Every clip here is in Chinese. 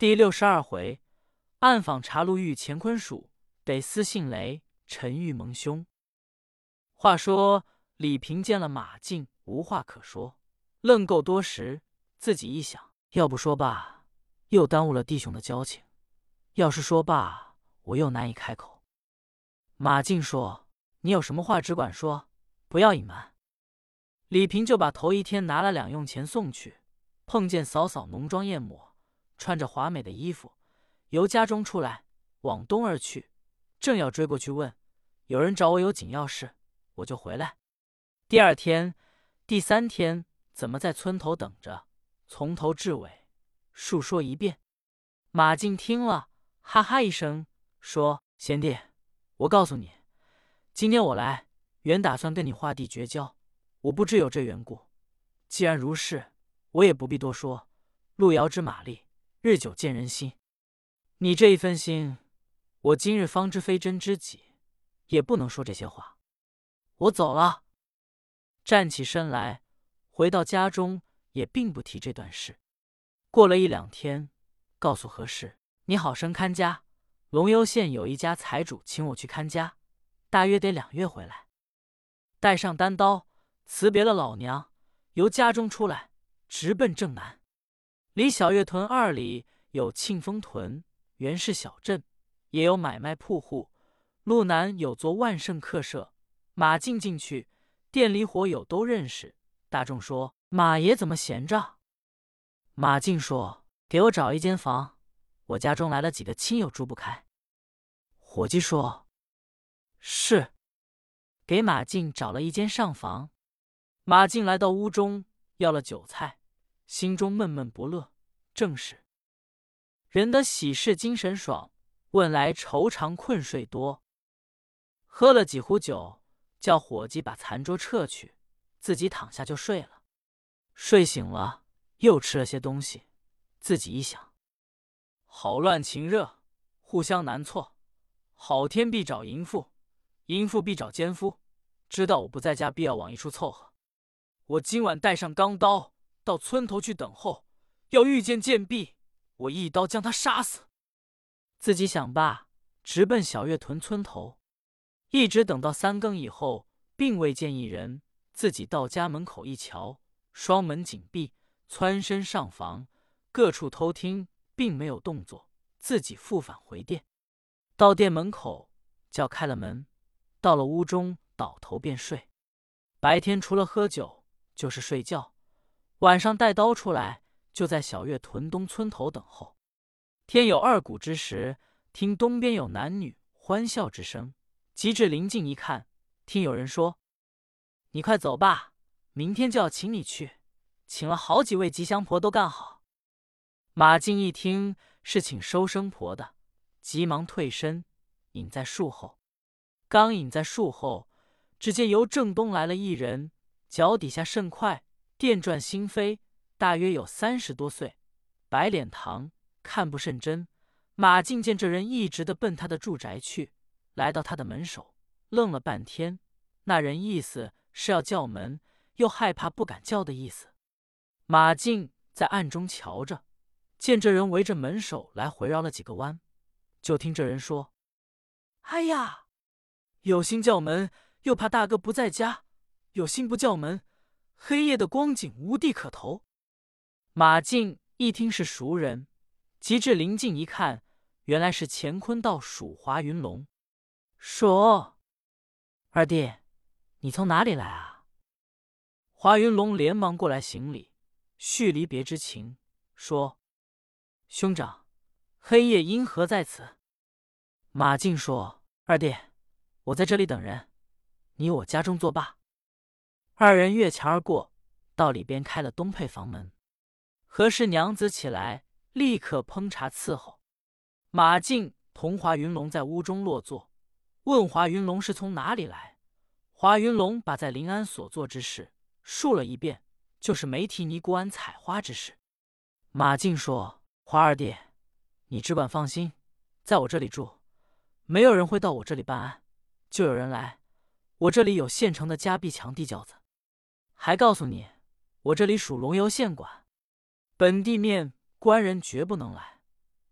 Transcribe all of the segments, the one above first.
第62回，暗访茶路遇乾坤属，得私信雷陈玉蒙兄。话说李平见了马竞，无话可说，愣够多时，自己一想，要不说罢，又耽误了弟兄的交情；要是说罢，我又难以开口。马竞说：“你有什么话只管说，不要隐瞒。”李平就把头一天拿了2用钱送去，碰见嫂嫂浓妆艳抹，穿着华美的衣服，由家中出来，往东而去，正要追过去问，有人找我有紧要事，我就回来。第2天、第3天怎么在村头等着，从头至尾述说一遍。马竞听了，哈哈一声，说：“贤弟，我告诉你，今天我来，原打算跟你画地绝交，我不知有这缘故。既然如是，我也不必多说。路遥知马力，日久见人心。你这一分心，我今日方知非真知己，也不能说这些话。我走了。”站起身来，回到家中，也并不提这段事。过了1、2天，告诉何氏：“你好生看家，龙游县有一家财主请我去看家，大约得2月回来。”带上单刀，辞别了老娘，由家中出来，直奔正南。离小月屯2里有庆丰屯，原是小镇，也有买卖铺户。路南有座万盛客舍，马竞进去，店里伙友都认识。大众说：“马爷怎么闲着？”马竞说：“给我找一间房，我家中来了几个亲友住不开。”伙计说：“是。”给马竞找了一间上房。马竞来到屋中，要了酒菜，心中闷闷不乐。正是人的喜事精神爽，问来愁肠困睡多。喝了几壶酒，叫伙计把残桌撤去，自己躺下就睡了。睡醒了，又吃了些东西，自己一想，好乱情热，互相难错。好天必找淫妇，淫妇必找奸夫，知道我不在家，必要往一处凑合。我今晚带上钢刀，到村头去等候，要遇见贱婢，我一刀将他杀死。自己想罢，直奔小月屯村头，一直等到3更以后，并未见一人。自己到家门口一瞧，双门紧闭，蹿身上房，各处偷听，并没有动作。自己复返回店，到店门口叫开了门，到了屋中，倒头便睡。白天除了喝酒就是睡觉，晚上带刀出来，就在小月屯东村头等候。天有2鼓之时，听东边有男女欢笑之声，及至临近一看，听有人说：“你快走吧，明天就要请你去，请了好几位吉祥婆都干好。”马竞一听是请收生婆的，急忙退身，隐在树后。刚隐在树后，只见由正东来了一人，脚底下甚快，电转星飞，大约有30多岁，白脸膛，看不甚真。马竞见这人一直的奔他的住宅去，来到他的门首，愣了半天。那人意思是要叫门，又害怕不敢叫的意思。马竞在暗中瞧着，见这人围着门首来回绕了几个弯，就听这人说：“哎呀，有心叫门，又怕大哥不在家；有心不叫门，黑夜的光景无地可投。”马竞一听是熟人，及至临近一看，原来是乾坤道属华云龙，说：“二弟，你从哪里来啊？”华云龙连忙过来行礼，叙离别之情，说：“兄长，黑夜因何在此？”马竞说：“二弟，我在这里等人，你我家中作罢。”2人越墙而过，到里边开了东配房门。何氏娘子起来，立刻烹茶伺候。马竞同华云龙在屋中落座，问华云龙是从哪里来。华云龙把在临安所做之事述了一遍，就是没提尼姑庵采花之事。马竞说：“华二弟，你只管放心，在我这里住，没有人会到我这里办案。就有人来，我这里有现成的夹壁墙地轿子。还告诉你，我这里属龙游县管，本地面官人绝不能来，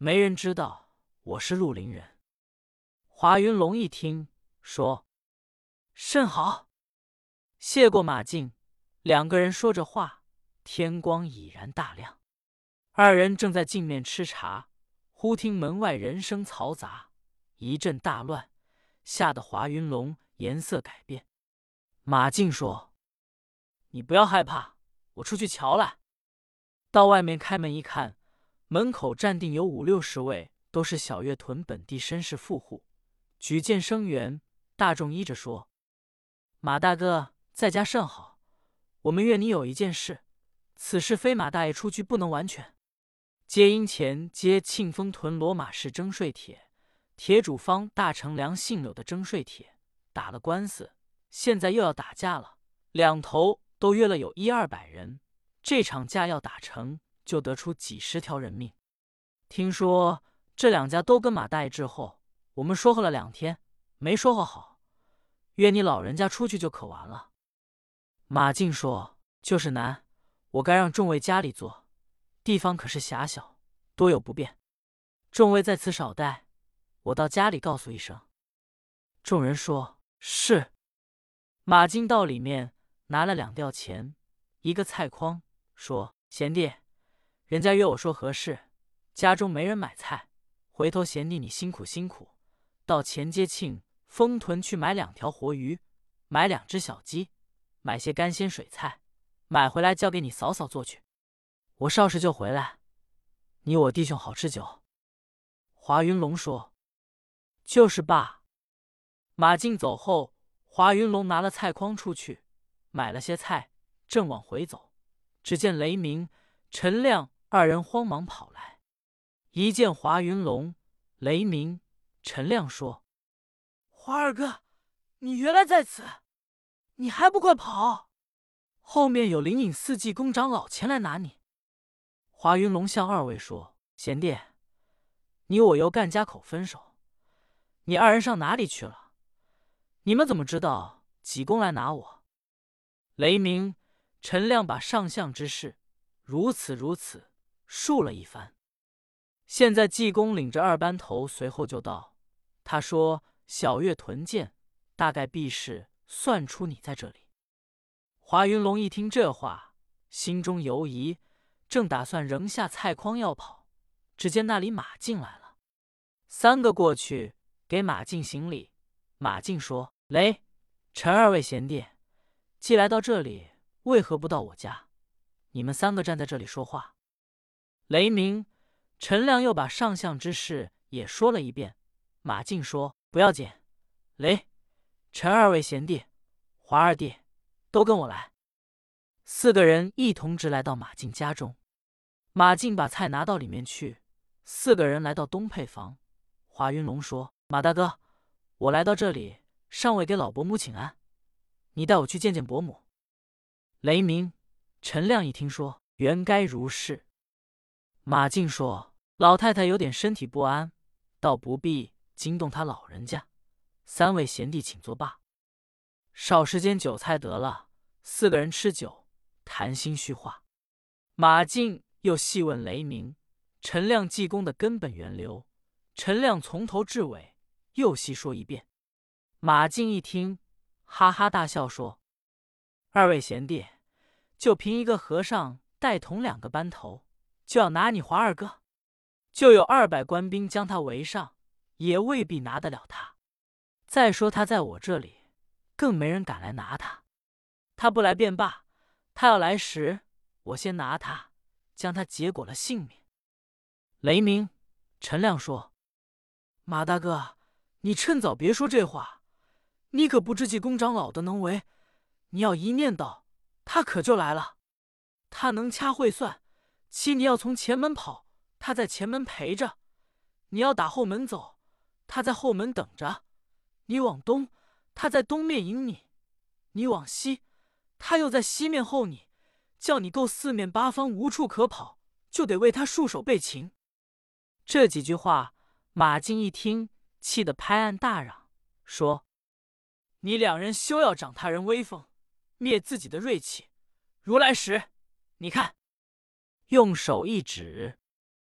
没人知道我是绿林人。”华云龙一听，说：“甚好。”谢过马竞，两个人说着话，天光已然大亮。二人正在镜面吃茶，忽听门外人声嘈杂，一阵大乱，吓得华云龙颜色改变。马竞说：“你不要害怕，我出去瞧来。”到外面开门一看，门口站定有5、60位，都是小月屯本地绅士富户，举荐声援，大众依着说：“马大哥在家甚好，我们约你有一件事，此事非马大爷出去不能完全。皆因前接庆丰屯罗马市征税帖，铁主方大乘梁姓柳的征税帖打了官司，现在又要打架了，两头都约了有100-200人，这场架要打成，就得出几10条人命。听说这两家都跟马大爷致后，我们说和了2天，没说和好，约你老人家出去就可完了。”马竞说：“就是难，我该让众位家里做，地方可是狭小，多有不便。众位在此少待，我到家里告诉一声。”众人说：“是。”马竞到里面拿了2吊钱，一个菜筐，说：“贤弟，人家约我说何事，家中没人买菜，回头贤弟你辛苦辛苦，到前街庆丰屯去买2条活鱼，买2只小鸡，买些干鲜水菜，买回来交给你嫂嫂做去。我稍时就回来，你我弟兄好吃酒。”华云龙说：“就是罢。”马竞走后，华云龙拿了菜筐出去，买了些菜，正往回走，只见雷鸣、陈亮2人慌忙跑来。一见华云龙、雷鸣、陈亮说：“华二哥，你原来在此，你还不快跑！后面有灵隐寺济公长老前来拿你。”华云龙向2位说：“贤弟，你我由干家口分手，你2人上哪里去了？你们怎么知道济公来拿我？”雷鸣、陈亮把上相之事如此述了一番。现在济公领着2班头随后就到，他说：“小月屯见，大概必是算出你在这里。”华云龙一听这话，心中犹疑，正打算扔下菜筐要跑，只见那里马竞来了。3个过去给马竞行礼。马竞说：“雷、陈2位贤弟，既来到这里，为何不到我家？你们3个站在这里说话。”雷鸣、陈亮又把上相之事也说了一遍。马竞说：“不要紧，雷、陈2位贤弟，华二弟，都跟我来。”4个人一同直来到马竞家中。马竞把菜拿到里面去。4个人来到东配房。华云龙说：“马大哥，我来到这里，尚未给老伯母请安，你带我去见见伯母。”雷鸣、陈亮一听说，原该如是。马竞说：“老太太有点身体不安，倒不必惊动她老人家。3位贤弟请作罢。”少时间酒菜得了，4个人吃酒，谈心叙话。马竞又细问雷鸣、陈亮济公的根本源流，陈亮从头至尾又细说一遍。马竞一听，哈哈大笑说：“2位贤弟，就凭一个和尚带同2个班头，就要拿你华二哥？就有200官兵将他围上，也未必拿得了他。再说他在我这里，更没人敢来拿他。他不来便罢，他要来时，我先拿他，将他结果了性命。”雷鸣、陈亮说：“马大哥，你趁早别说这话，你可不知济公长老的能为，你要一念到，他可就来了。他能掐会算，你要从前门跑，他在前门陪着；你要打后门走，他在后门等着；你往东，他在东面迎你；你往西，他又在西面候你，叫你够4面8方无处可跑，就得为他束手备擒。”这几句话，马竞一听，气得拍案大嚷，说：“你2人休要长他人威风，灭自己的锐气！如来时，你看！”用手一指，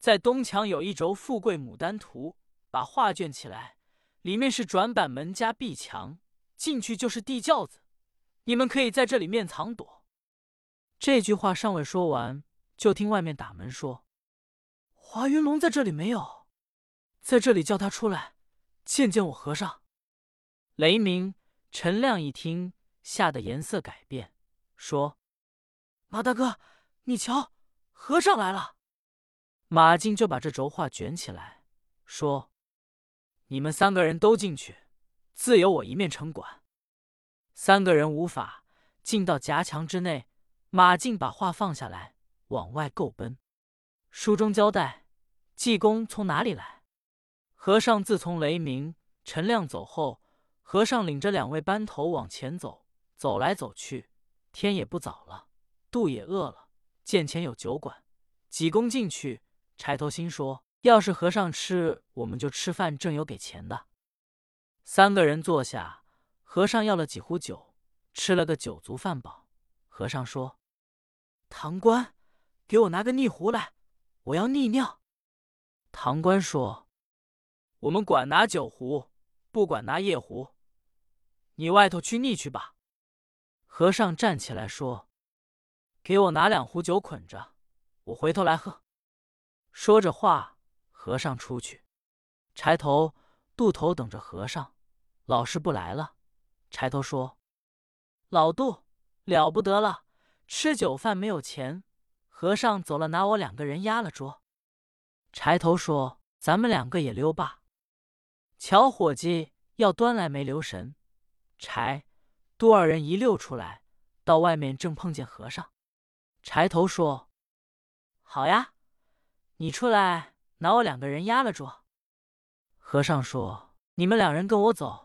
在东墙有一轴富贵牡丹图，把画卷起来，里面是转板门加壁墙，进去就是地窖子，你们可以在这里面藏躲。”这句话尚未说完，就听外面打门说：“华云龙在这里没有？在这里叫他出来，见见我和尚。”雷鸣、陈亮一听，吓得颜色改变，说：“马大哥，你瞧，和尚来了。”马进就把这轴画卷起来，说：“你们3个人都进去，自有我一面城管。”3个人无法进到夹墙之内，马进把画放下来，往外够奔。书中交代，济公从哪里来？和尚自从雷鸣、陈亮走后，和尚领着2位班头往前走，走来走去，天也不早了，肚也饿了，见前有酒馆，济公进去。柴头心说：“要是和尚吃，我们就吃饭，正有给钱的。”3个人坐下，和尚要了几壶酒，吃了个酒足饭饱。和尚说：“堂官，给我拿个泥壶来，我要溺尿。”堂官说：“我们管拿酒壶，不管拿夜壶，你外头去溺去吧。”和尚站起来说：“给我拿2壶酒捆着，我回头来喝。”说着话，和尚出去。柴头、杜头等着和尚，老师不来了。柴头说：“老杜，了不得了，吃酒饭没有钱，和尚走了，拿我2个人压了桌。”柴头说：“咱们2个也溜吧。”瞧伙计要端来没留神，柴、杜2人一溜出来，到外面正碰见和尚。柴头说：“好呀，你出来拿我2个人压了桌。”和尚说：“你们2人跟我走，